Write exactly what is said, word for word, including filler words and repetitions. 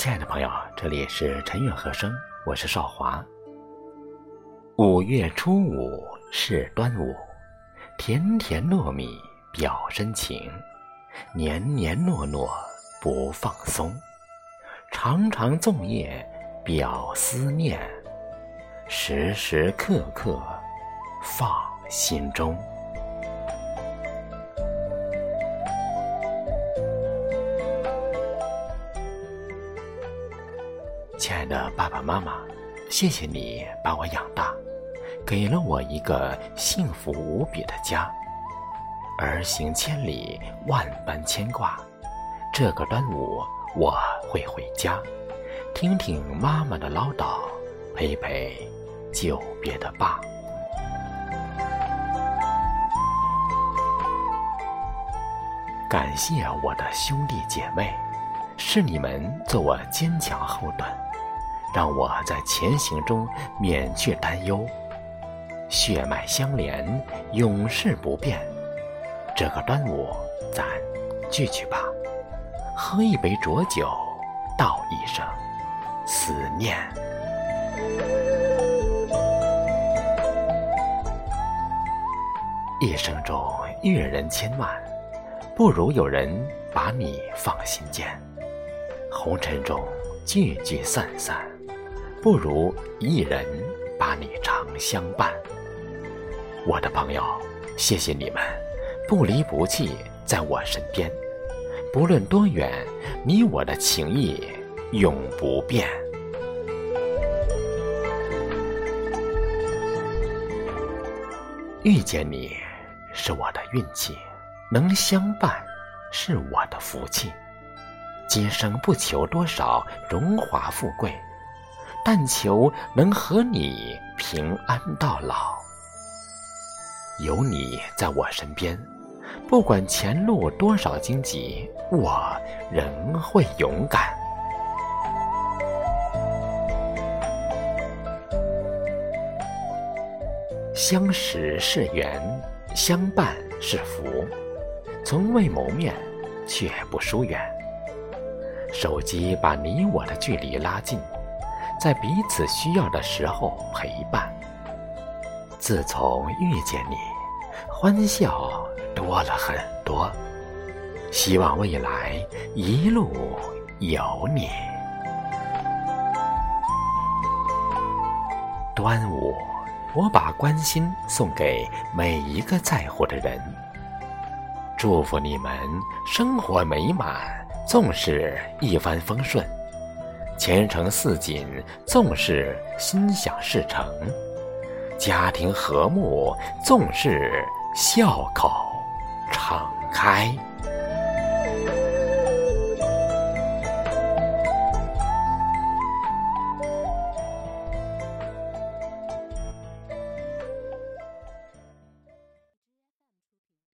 亲爱的朋友，这里是陈悦和声，我是少华。五月初五是端午，甜甜糯米表深情，年年诺诺不放松，长长粽叶表思念，时时刻刻放心中。亲爱的爸爸妈妈，谢谢你把我养大，给了我一个幸福无比的家。儿行千里，万般牵挂，这个端午我会回家，听听妈妈的唠叨，陪陪久别的爸。感谢我的兄弟姐妹，是你们做我坚强后盾，让我在前行中免去担忧，血脉相连，永世不变。这个端午咱聚聚吧，喝一杯浊酒，道一声思念。一生中阅人千万，不如有人把你放心间。红尘中聚聚散散，不如一人把你常相伴。我的朋友，谢谢你们不离不弃在我身边，不论多远，你我的情谊永不变。遇见你是我的运气，能相伴是我的福气。今生不求多少荣华富贵，但求能和你平安到老。有你在我身边，不管前路多少荆棘，我仍会勇敢。相识是缘，相伴是福，从未谋面，却不疏远。手机把你我的距离拉近，在彼此需要的时候陪伴。自从遇见你，欢笑多了很多，希望未来一路有你。端午，我把关心送给每一个在乎的人，祝福你们生活美满，纵是一帆风顺，前程似锦，纵是心想事成，家庭和睦，纵是笑口常开。